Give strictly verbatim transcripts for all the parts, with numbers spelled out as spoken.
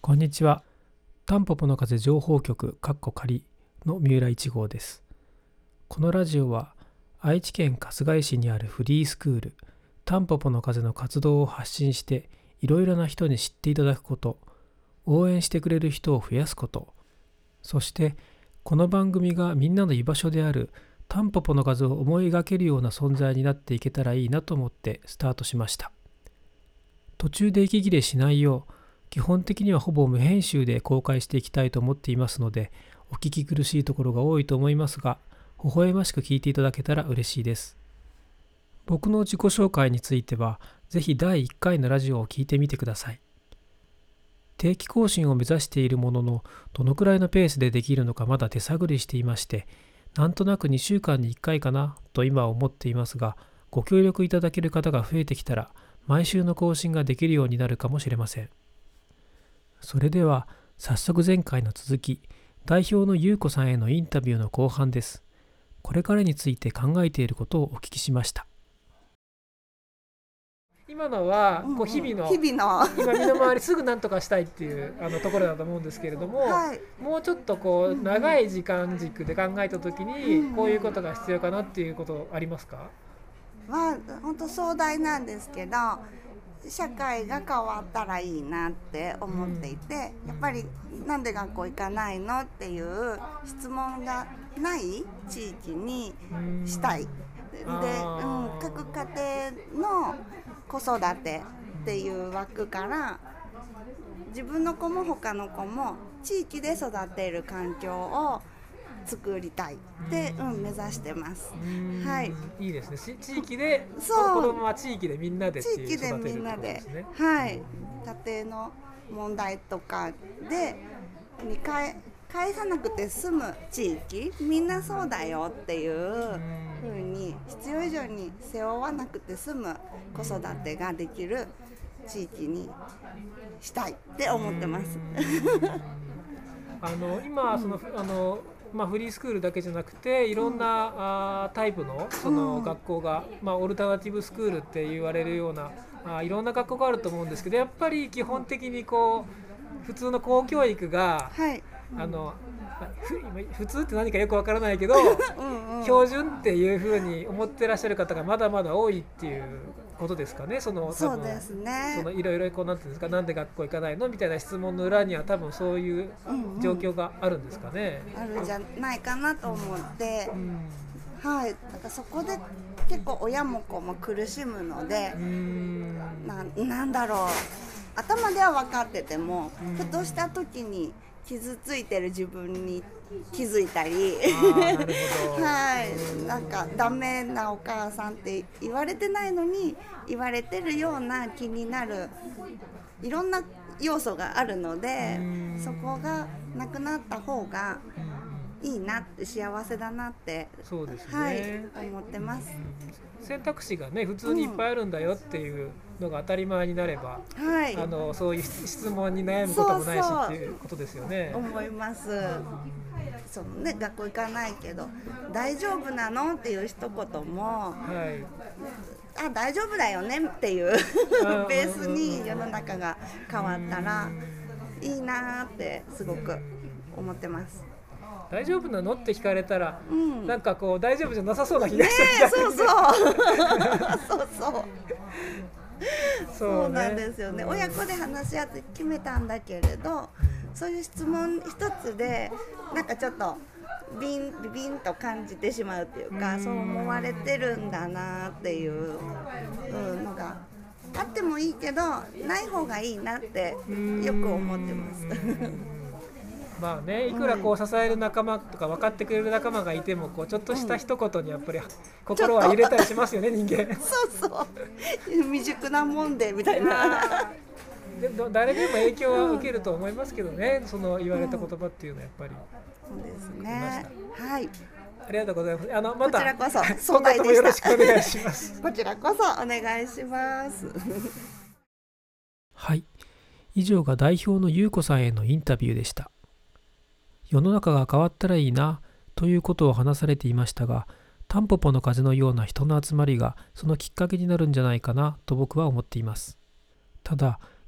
こんにちは。タンポポの風情報局（仮）の三浦一号です。このラジオは愛知県春日井市にあるフリースクールタンポポの風の活動を発信していろいろな人に知っていただくこと、応援してくれる人を増やすこと、そしてこの番組がみんなの居場所であるタンポポの風を思い描けるような存在になっていけたらいいなと思ってスタートしました。途中で息切れしないよう基本的にはほぼ無編集で公開していきたいと思っていますので、お聞き苦しいところが多いと思いますが、微笑ましく聞いていただけたら嬉しいです。僕の自己紹介については、ぜひだいいっかいのラジオを聞いてみてください。定期更新を目指しているものの、どのくらいのペースでできるのかまだ手探りしていまして、なんとなくにしゅうかんにいっかいかなと今は思っていますが、ご協力いただける方が増えてきたら、毎週の更新ができるようになるかもしれません。それでは早速前回の続き、代表の優子さんへのインタビューの後半です。これからについて考えていることをお聞きしました。今のはこう日々の、 日々の今身の回りすぐ何とかしたいっていうあのところだと思うんですけれども、はい、もうちょっとこう長い時間軸で考えたときにこういうことが必要かなっていうことありますか？ は本当壮大なんですけど、社会が変わったらいいなって思っていて、やっぱりなんで学校行かないのっていう質問がない地域にしたい。で、うん、各家庭の子育てっていう枠から自分の子も他の子も地域で育てる環境を作りたいって、うん、目指してます。はい。 いいですね。地域で子供は地域でみんなでっていう地域でみんなで、はい。家庭の問題とかでに返返さなくて済む地域、みんなそうだよっていう風に必要以上に背負わなくて済む子育てができる地域にしたいって思ってます。 あの今その、うん、あの。まあ、フリースクールだけじゃなくていろんな、うん、あタイプ の, その学校が、うんまあ、オルタナティブスクールって言われるようなあいろんな学校があると思うんですけど、やっぱり基本的にこう普通の公教育が、はいあの普通って何かよくわからないけどうん、うん、標準っていうふうに思ってらっしゃる方がまだまだ多いっていうことですかね。そのそうですね。 そのいろいろこうなんていうんですか、なんで学校行かないのみたいな質問の裏には多分そういう状況があるんですかね。 うんうん、あるんじゃないかなと思って、うん、はい。だからそこで結構親も子も苦しむので、うん な, なんだろう頭では分かってても、うん、ふとした時に傷ついてる自分に気づいたりはい、なんかダメなお母さんって言われてないのに言われてるような気になるいろんな要素があるので、そこがなくなった方がいいなって幸せだなってそうですね、 はい、思ってます。 選択肢がね普通にいっぱいあるんだよっていうのが当たり前になれば、うんはい、あのそういう質問に悩むこともないしっていうことですよね。 思います。そうね、学校行かないけど大丈夫なのっていう一言も、はい、あ大丈夫だよねっていうベースに世の中が変わったらいいなってすごく思ってます。 大丈夫なのって聞かれたら、うん、なんかこう大丈夫じゃなさそうな気がして、 ね、そうそうそうそうそうなんですよね。親子で話し合って決めたんだけれど、そういう質問一つでなんかちょっとビンビビンと感じてしまうっていうか、そう思われてるんだなっていうのがあってもいいけどない方がいいなってよく思ってますまあね、いくらこう支える仲間とか分かってくれる仲間がいてもこうちょっとした一言にやっぱり心は揺れたりしますよね、人間。 そうそう未熟なもんでみたいなで誰でも影響は受けると思いますけどね、うん、その言われた言葉っていうのはやっぱり、 うん、そうですね。はい、 ありがとうございます。あのまたこちらこそ今後ともよろしくお願いしますこちらこそお願いしますはい、以上が代表の優子さんへのインタビューでした。世の中が変わったらいいなということを話されていましたが、タンポポの風のような人の集まりがそのきっかけになるんじゃないかなと僕は思っています。ただ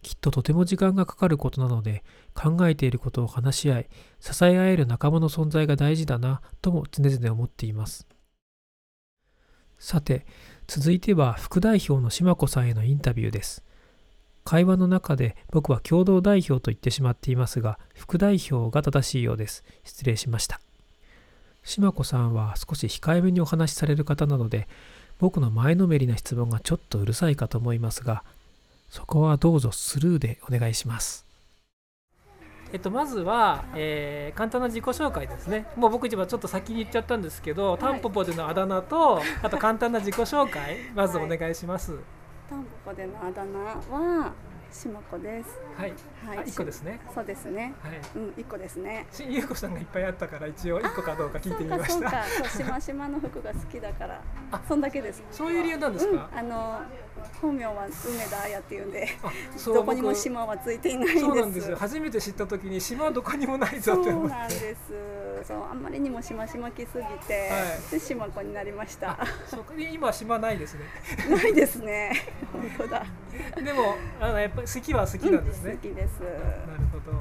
きっととても時間がかかることなので、考えていることを話し合い、支え合える仲間の存在が大事だなとも常々思っています。さて、続いては副代表の島子さんへのインタビューです。会話の中で僕は共同代表と言ってしまっていますが、副代表が正しいようです。失礼しました。島子さんは少し控えめにお話しされる方なので、僕の前のめりな質問がちょっとうるさいかと思いますが、そこはどうぞスルーでお願いします。えっと、まずは、えー、簡単な自己紹介ですね。もう僕一番ちょっと先に言っちゃったんですけど、はい、タンポポでのあだ名と、あと簡単な自己紹介まずお願いします。はい、 タンポポでのあだ名は島子です。 はい、はい、あいっこですね。 そうですね。はい、うん、いっこですね。 ゆうこさんがいっぱいあったから一応いっこかどうか聞いてみました。 そうかそうか、そうしましまの服が好きだから、そんだけです。 そういう理由なんですか？ うん、あの本名は梅田彩っていうんで、どこにも島はついていないんです。 そうなんですよ。初めて知った時に島はどこにもないぞって思って。 そうなんです。そう、あんまりにも島島来すぎて、はい、で島子になりました。 そうか、今島ないですね。 ないですね。本当だ。 でもあのやっぱり好きは好きなんですね。 うん、好きです。なるほど。はい、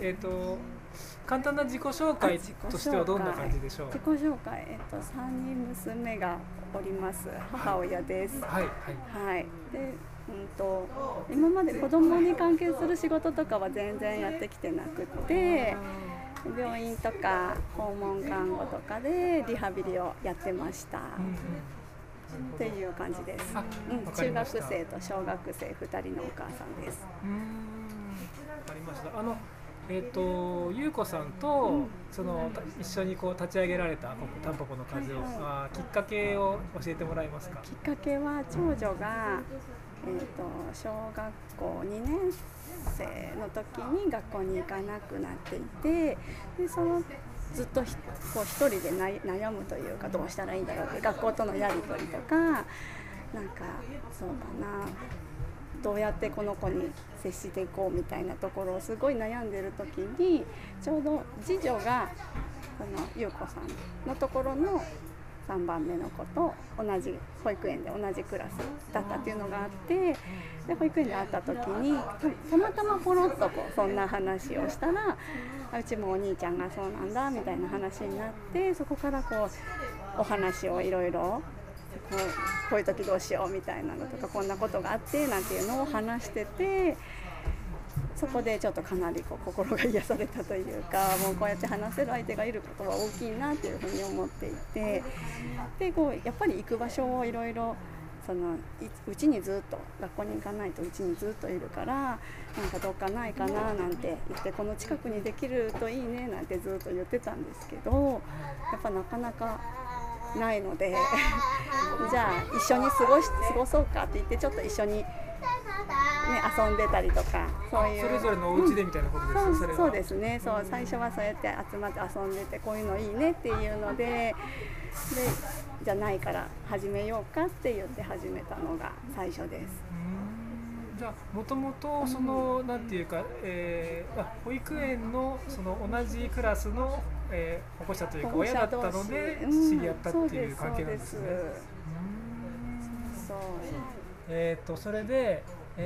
えっと簡単な自己紹介としてはどんな感じでしょう？ 自己紹介、えっとさんにん娘がおります。母親です。 はいはいはい。で、うんと今まで子供に関係する仕事とかは全然やってきてなくて、病院とか訪問看護とかでリハビリをやってました。うんうんっていう感じです。うん、中学生と小学生ふたりのお母さんです。 うーん、わかりました。あのえっと優子さんと、うん、その一緒にこう立ち上げられたタンポポの風を、はい、きっかけを教えてもらえますか？ きっかけは長女がえっと小学校にねん生の時に学校に行かなくなっていて、でそのずっとひこう一人で悩むというか、どうしたらいいんだろうって、学校とのやり取りとか、なんかそうだな、どうやってこの子に接していこうみたいなところをすごい悩んでる時に、ちょうど次女がその優子さんのところのさんばんめの子と同じ保育園で同じクラスだったっていうのがあって、で保育園で会った時に た, たまたまポロッとこうそんな話をしたら、うちもお兄ちゃんがそうなんだみたいな話になって、そこからこうお話をいろいろこう、こういう時どうしようみたいなのとか、こんなことがあってなんていうのを話してて、そこでちょっとかなりこう心が癒されたというか、もうこうやって話せる相手がいることは大きいなというふうに思っていて、でこうやっぱり行く場所をいろいろそのうちにずっと学校に行かないとうちにずっといるから、なんかどっかないかななんて言って、この近くにできるといいねなんてずっと言ってたんですけど、やっぱなかなかないのでじゃあ一緒に過ごし過ごそうかって言って、ちょっと一緒にね、遊んでたりとか、そういうそれぞれのお家でみたいなことですか？ うん、そう、そうですね。そう、最初はそうやって集まって遊んでて、こういうのいいねっていうので、でじゃないから始めようかって言って始めたのが最初です。うーん、 じゃあもともとその、うん、なんていうか、えー、あ保育園のその同じクラスの、えー、保護者というか親だったので知り合ったっていう関係なんですね。うん、そう。えー、とそれで、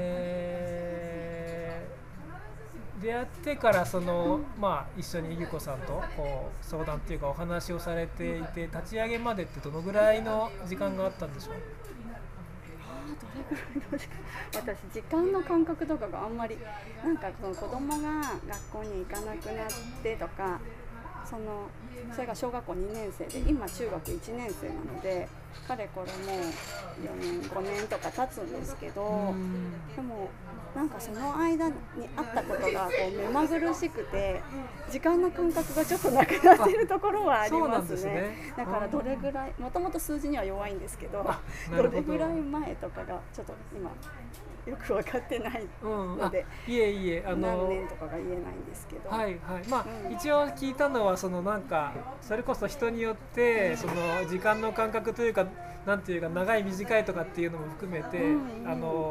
えー、出会ってからその、まあ、一緒に優子さんとこう相談っていうかお話をされていて、立ち上げまでってどのぐらいの時間があったんでしょう？ どれぐらいの時間、私時間の感覚とかがあんまり、なんかその子供が学校に行かなくなってとか、そのそれが小学校にねん生で、今中学いちねん生なので、かれこれもうよねんごねんとか経つんですけど、でもなんかその間にあったことがこう目まぐるしくて、時間の感覚がちょっとなくなっているところはありますね。すね。だからどれぐらい、もともと数字には弱いんですけど、どれぐらい前とかがちょっと今よく分かってないので、 うん、いえいえ、あの何年とかが言えないんですけど、 はいはい、まあ、うん、一応聞いたのはそのなんかそれこそ人によってその時間の感覚というか、なんていうか長い短いとかっていうのも含めて、うんうん、あの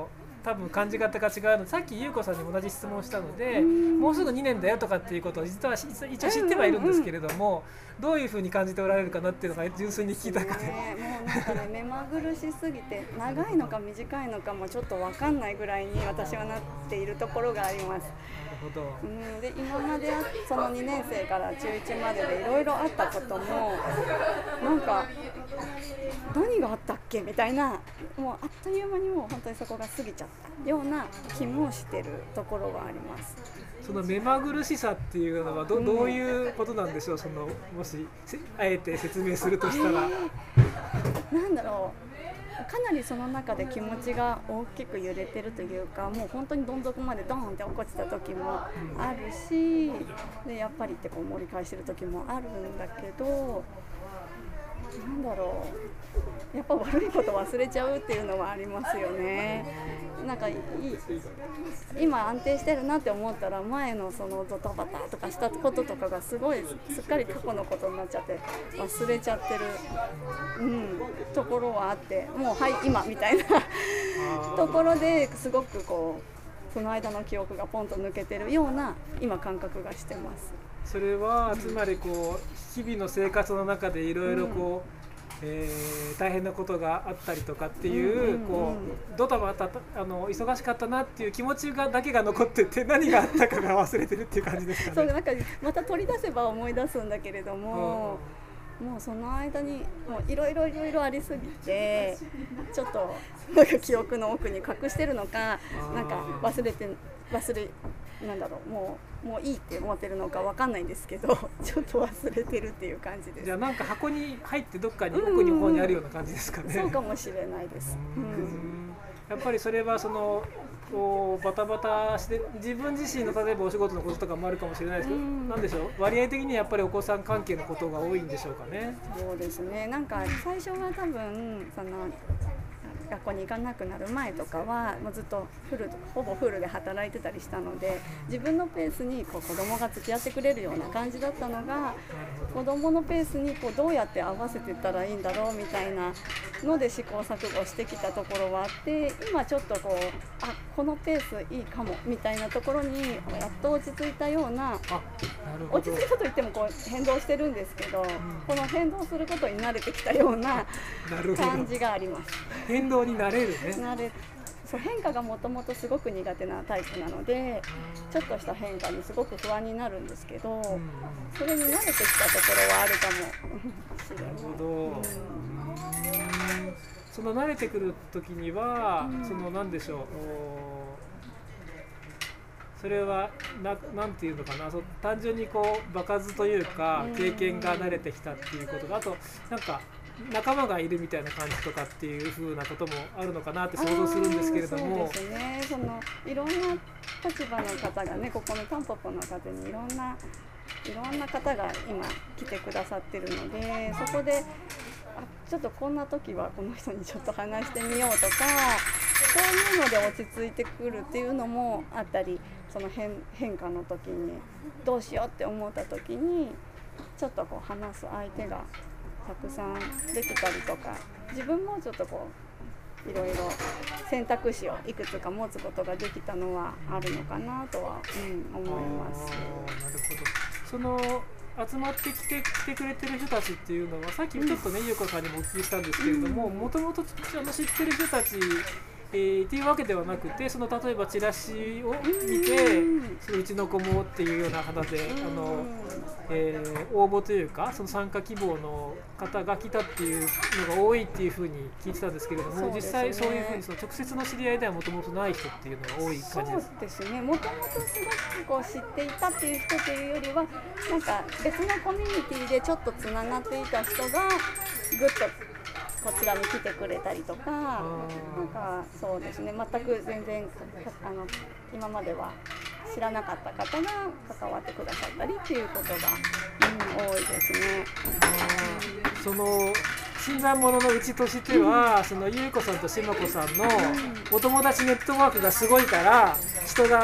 多分感じ方が違うので、さっき優子さんにも同じ質問をしたので、もうすぐにねんだよとかっていうことを実は一応知ってはいるんですけれども、どういうふうに感じておられるかなっていうのが純粋に聞きたくて、 ね、もうなんかね目まぐるしすぎて長いのか短いのかもちょっと分かんないぐらいに私はなっているところがあります。 なるほど。 うん、で今までそのにねん生から中いちまででいろいろあったこともなんか何があったっけみたいな、もうあっという間にもう本当にそこが過ぎちゃったような気もしてるところはあります。 その目まぐるしさっていうのは ど,、うん、どういうことなんでしょう。そのもしあえて説明するとしたら、 えー、なんだろう、かなりその中で気持ちが大きく揺れてるというか、もう本当にどん底までドーンって落っこちた時もあるし、でやっぱりってこう盛り返してる時もあるんだけど、なんだろう、やっぱ悪いこと忘れちゃうっていうのはありますよね。なんかいい今安定してるなって思ったら前のそのドタバタとかしたこととかがすごいすっかり過去のことになっちゃって忘れちゃってる、うん、ところはあって、もうはい今みたいなところですごくこうその間の記憶がポンと抜けてるような今感覚がしてます。 それはつまりこう日々の生活の中でいろいろこう、うんえー、大変なことがあったりとかっていう、うんうんうん、こうドタバタあの忙しかったなっていう気持ちがだけが残ってて何があったかが忘れてるっていう感じですかね。 そうなんかまた取り出せば思い出すんだけれども、うん、もうその間にもういろいろいろいろありすぎてちょっとなんか記憶の奥に隠してるのか、なんか忘れて忘れなんだろうもうもういいって思ってるのかわかんないんですけど、ちょっと忘れてるっていう感じです。 じゃあなんか箱に入ってどっかに奥に方にあるような感じですかね。 うんうん、そうかもしれないです。うん、 やっぱりそれはそのこうバタバタして自分自身の例えばお仕事のこととかもあるかもしれないですけど、うん、なんでしょう、割合的にやっぱりお子さん関係のことが多いんでしょうかね。 そうですね。なんか最初は多分その学校に行かなくなる前とかはもうずっとフルほぼフルで働いてたりしたので、自分のペースにこう子供が付き合ってくれるような感じだったのが、子供のペースにこうどうやって合わせていったらいいんだろうみたいなので試行錯誤してきたところはあって、今ちょっとこうあこのペースいいかもみたいなところにやっと落ち着いたような、落ち着いたといってもこう変動してるんですけど、うん、この変動することに慣れてきたような感じがあります。 変動になれるね。 慣れそう変化がもともとすごく苦手なタイプなので、ちょっとした変化にすごく不安になるんですけど、うん、それに慣れてきたところはあるかもしれない。なるほど、うん、 その慣れてくる時には、うん、その何でしょう、それはななんていうのかな、そ単純にこう場数というか経験が慣れてきたっていうことが、あとなんか仲間がいるみたいな感じとかっていう風なこともあるのかなって想像するんですけれども。 そうですね、そのいろんな立場の方がね、ここのタンポポの風にいろんないろんな方が今来てくださってるので、そこであちょっとこんな時はこの人にちょっと話してみようとか、そういうので落ち着いてくるっていうのもあったり、その 変, 変化の時にどうしようって思った時にちょっとこう話す相手がたくさんできたりとか、自分もちょっとこういろいろ選択肢をいくつか持つことができたのはあるのかなとは、うん、思います。 なるほど。その集まってきて来てくれてる人たちっていうのは、さっきちょっとね、ゆうこさんにもお聞きしたんですけれども、もともと知ってる人たちえー、っていうわけではなくて、その例えばチラシを見て、そのうちの子もっていうような形であの、えー、応募というか、その参加希望の方が来たっていうのが多いっていうふうに聞いてたんですけれども、ね、実際そういうふうにその直接の知り合いではもともとない人っていうのが多い感じです。 そうですね、もともとすごくこう知っていたっていう人というよりは、なんか別のコミュニティでちょっとつながっていた人がぐっとこちらに来てくれたりとか、なんかそうですね、全く全然あの今までは知らなかった方が関わってくださったりっていうことが、うん、多いですね。 その診断者のうちとしては、うん、そのゆうこさんとしまこさんのお友達ネットワークがすごいから、人が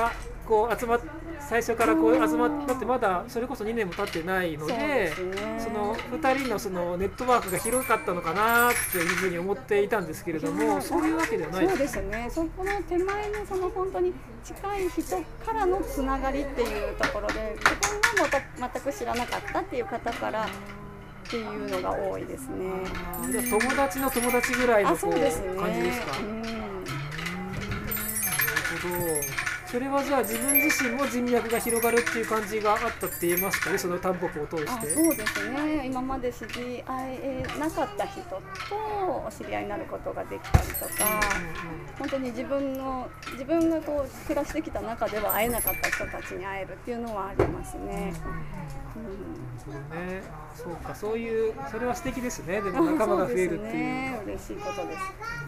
こう集まっ最初からこう集まってまだそれこそにねんも経ってないので、 そうですね、 そのふたりのそのネットワークが広かったのかなっていうふうに思っていたんですけれども、そういうわけではないそうですね、そこの手前のその本当に近い人からのつながりっていうところで、自分がまた全く知らなかったっていう方からっていうのが多いですね。 じゃあ友達の友達ぐらいのこうそうですね、 感じですか。 うん、 なるほど。それはじゃあ自分自身も人脈が広がるっていう感じがあったって言えますかね、そのタンポポを通して。 あ、そうですね、今まで知り合えなかった人とお知り合いになることができたりとか、本当に自分の自分がこう暮らしてきた中では会えなかった人たちに会えるっていうのはありますね。うん、 うん、そうね、そうか、そういうそれは素敵ですね。でも仲間が増えるっていう。そうですね、嬉しいことです。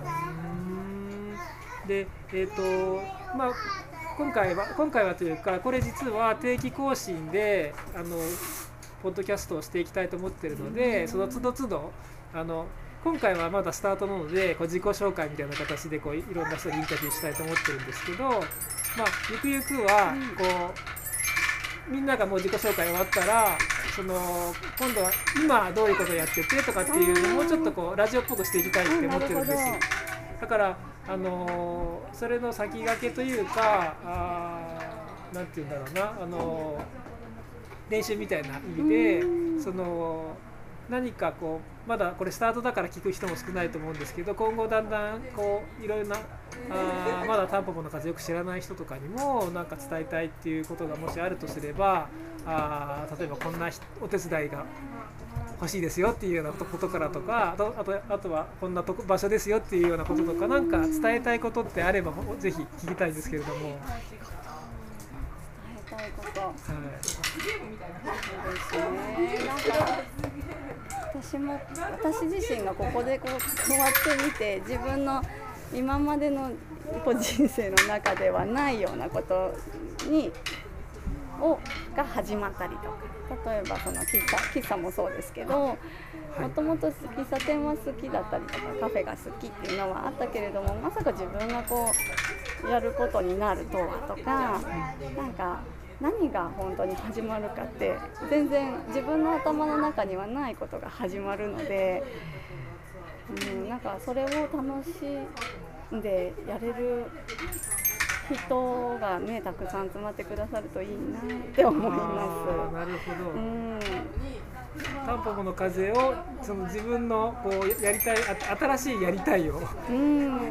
うん、で、えっとまあ。今回は今回はというか、これ実は定期更新であのポッドキャストをしていきたいと思っているので、その都度都度あの今回はまだスタートなのでこう自己紹介みたいな形でこういろんな人にインタビューしたいと思ってるんですけど、まあ、ゆくゆくはこうみんながもう自己紹介終わったら、その今度は今どういうことをやっててとかっていうのをもうちょっとこうラジオっぽくしていきたいって思ってるんです。だからあのー、それの先駆けというか、あなんていうんだろうな、あのー、練習みたいな意味で、その何かこうまだこれスタートだから聞く人も少ないと思うんですけど、今後だんだんこういろいろなあまだタンポポの数よく知らない人とかにもなんか伝えたいっていうことがもしあるとすれば、あ例えばこんなお手伝いが欲しいですよっていうようなことからとか、あと、あと、あとはこんなとこ場所ですよっていうようなこととか、なんか伝えたいことってあればぜひ聞きたいんですけれども。伝えたいこと、はい、そうですね。なんか私も私自身がここでこう座ってみて、自分の今までのこう人生の中ではないようなことにをが始まったりとか、例えばその喫茶、喫茶もそうですけど、もともと喫茶店は好きだったりとかカフェが好きっていうのはあったけれども、まさか自分がこうやることになるとはとか、なんか何が本当に始まるかって全然自分の頭の中にはないことが始まるので、うん、なんかそれを楽しんでやれる人がね、たくさん集まってくださるといいなって思います。 なるほど。 うん、 タンポポの風をその自分のこうやりたい新しいやりたいを、うん、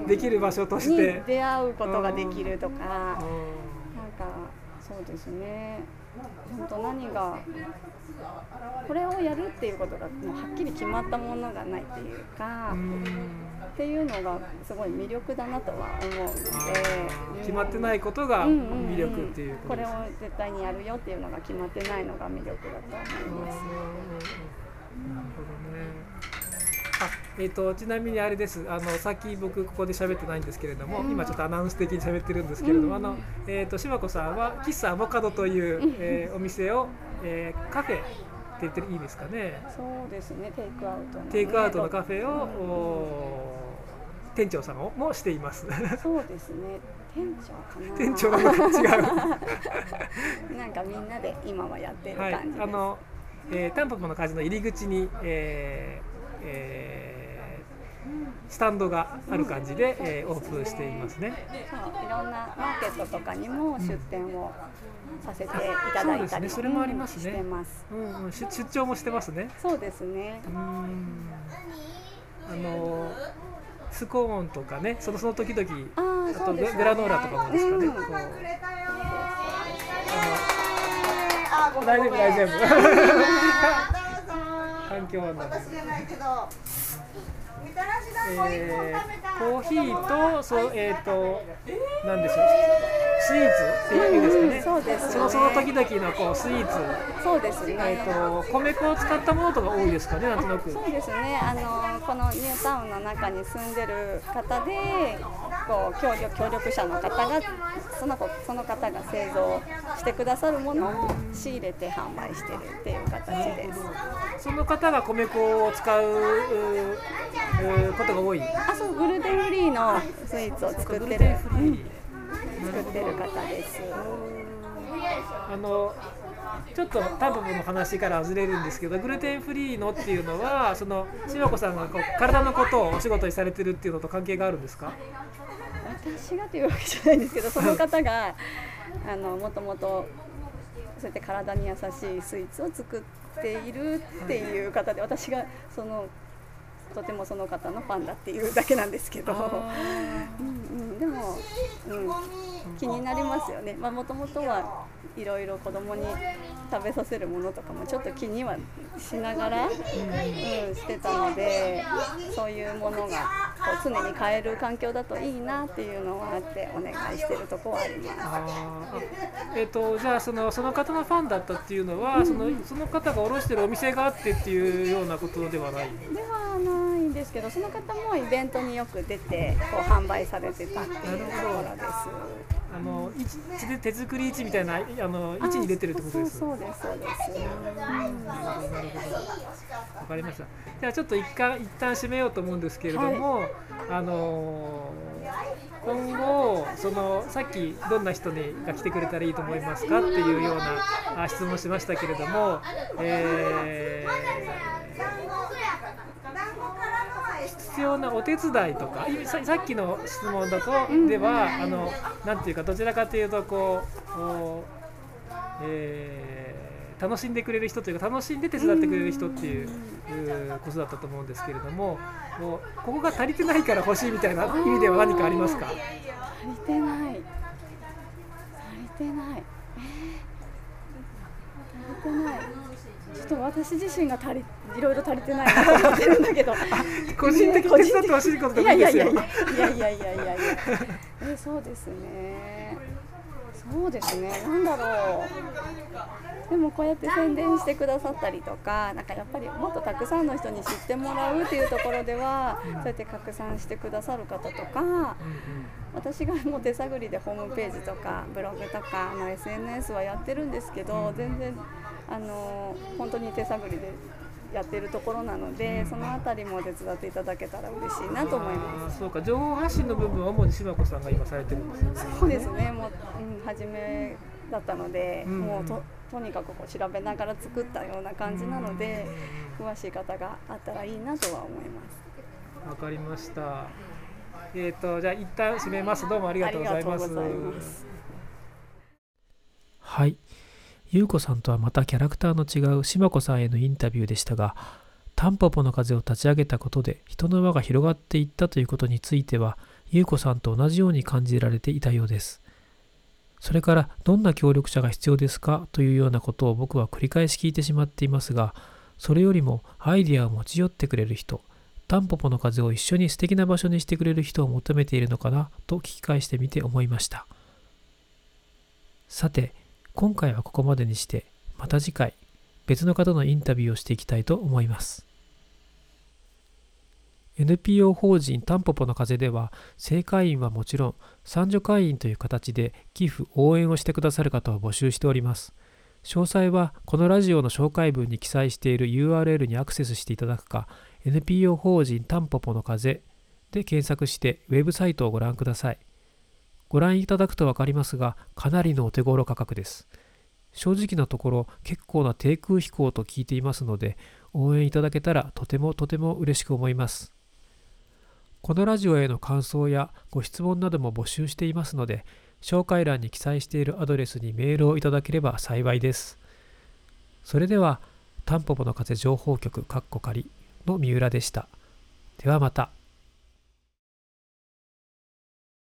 できる場所としてに出会うことができるとか、なんかそうですね。本当何がこれをやるっていうことがもうはっきり決まったものがないっていうか。うんっていうのがすごい魅力だなとは思うので、 決まってないことが魅力っていうことです。 これを絶対にやるよっていうのが決まってないのが魅力だと思います。なるほどね。 あ、えーと、ちなみにあれです。あのさっき僕ここで喋ってないんですけれども、うん、今ちょっとアナウンス的に喋ってるんですけれども、うん、あのえーと柴子さんは喫茶アボカドという、えー、お店を、えー、カフェって言っていいですかね。 そうですね。テイクアウトの、ね、 テイクアウトのカフェを、うん店長さんもしています。 そうですね。店長かな。 店長は違う。なんかみんなで今はやってる感じです。はい、 あの、えー、タンポポの風の入り口に、えーえー、スタンドがある感じで、うんえー、オープンしていますね。 そう、いろんなマーケットとかにも出店をさせていただいたり、うん、そうですね。 それもありますね。 してます。 うんうん、出張もしてますね。 そうですね。 うん、あのスコーンとかね、そのその時々 あ, あとグラノーラとかもですかね。うん、こうあの大丈夫大丈夫。環境なんです。えー、コーヒーとそうえっ、ー、となんでしょう。スイーツっていうんですかね。うん、そうですね。そのその時々のこうスイーツ。 そうですね。 えっ、ー、と米粉を使ったものとか多いですかね、なんとなく。 そうですね。あのこのニュータウンの中に住んでる方で、こう協力協力者の方がそのその方が製造してくださるものを仕入れて販売してるっていう形です。 その方が米粉を使うことが多い。 あ、そう、グルテンフリーのスイーツを作ってる。作ってる方です。 あのちょっとタンポポの話から外れるんですけど、グルテンフリーのっていうのはそのしまこさんがこう体のことをお仕事にされてるっていうのと関係があるんですか？ 私がというわけじゃないんですけど、その方があのもともとそうやって体に優しいスイーツを作っているっていう方で、私がそのとてもその方のファンだっていうだけなんですけど、うんうん、でも、うん、気になりますよね。まあもともとはいろいろ子供に食べさせるものとかもちょっと気にはしながら、うん、してたので、そういうものがこう常に買える環境だといいなっていうのはあってお願いしてるところはあります。 あ、えーと、じゃあその、その方のファンだったっていうのは、うん、その、その方が卸してるお店があってっていうようなことではない？ ではないんですけど、その方もイベントによく出てこう販売されてたっていうところです。 あの市で手作り市みたいなあの市に出てるってことです。 そうそうですそうです。うん、なるほどなるほど。 わかりました。じゃあちょっと一旦一旦締めようと思うんですけれども、はい、あの今後そのさっきどんな人にが来てくれたらいいと思いますかっていうような質問しましたけれども、えー必要なお手伝いとか、さ, さっきの質問だとでは、うん、あのなんていうかどちらかというとこう、えー、楽しんでくれる人というか楽しんで手伝ってくれる人っていう、うん、ことだったと思うんですけれども、もうここが足りてないから欲しいみたいな意味では何かありますか？ 足りてない足りてない、えー、足りてない。ちょっと私自身が足りいろいろ足りてないなと思ってるんだけど個人的に手伝ってほしいことでもいいですよ。いやいやいやいやいやいやいやえそうですねそうですねなんだろう。でもこうやって宣伝してくださったりとか、なんかやっぱりもっとたくさんの人に知ってもらうっていうところでは、うん、そうやって拡散してくださる方とか、うんうん、私がもう手探りでホームページとかブログとかの エスエヌエス はやってるんですけど、全然あの本当に手探りでやってるところなので、そのあたりも手伝っていただけたら嬉しいなと思います。 そうか、情報発信の部分は主にしまこさんが今されてるんですよね。 そうですね、もう、うん、初めだったので、うん、もう と, とにかくこう調べながら作ったような感じなので、うん、詳しい方があったらいいなとは思います。 わかりました。えーと、じゃあ一旦締めます。どうもありがとうございます。ありがとうございます。はい。ゆうこさんとはまたキャラクターの違うしまこさんへのインタビューでしたが、タンポポの風を立ち上げたことで人の輪が広がっていったということについては、ゆうこさんと同じように感じられていたようです。それから、どんな協力者が必要ですかというようなことを僕は繰り返し聞いてしまっていますが、それよりもアイディアを持ち寄ってくれる人、タンポポの風を一緒に素敵な場所にしてくれる人を求めているのかなと聞き返してみて思いました。さて、今回はここまでにして、また次回、別の方のインタビューをしていきたいと思います。エヌピーオー 法人タンポポの風では、正会員はもちろん、参助会員という形で寄付・応援をしてくださる方を募集しております。詳細は、このラジオの紹介文に記載している ユーアールエル にアクセスしていただくか、エヌピーオー 法人タンポポの風で検索して、ウェブサイトをご覧ください。ご覧いただくと分かりますが、かなりのお手頃価格です。正直なところ、結構な低空飛行と聞いていますので、応援いただけたらとてもとても嬉しく思います。このラジオへの感想やご質問なども募集していますので、紹介欄に記載しているアドレスにメールをいただければ幸いです。それでは、タンポポの風情報局（仮）の三浦でした。ではまた。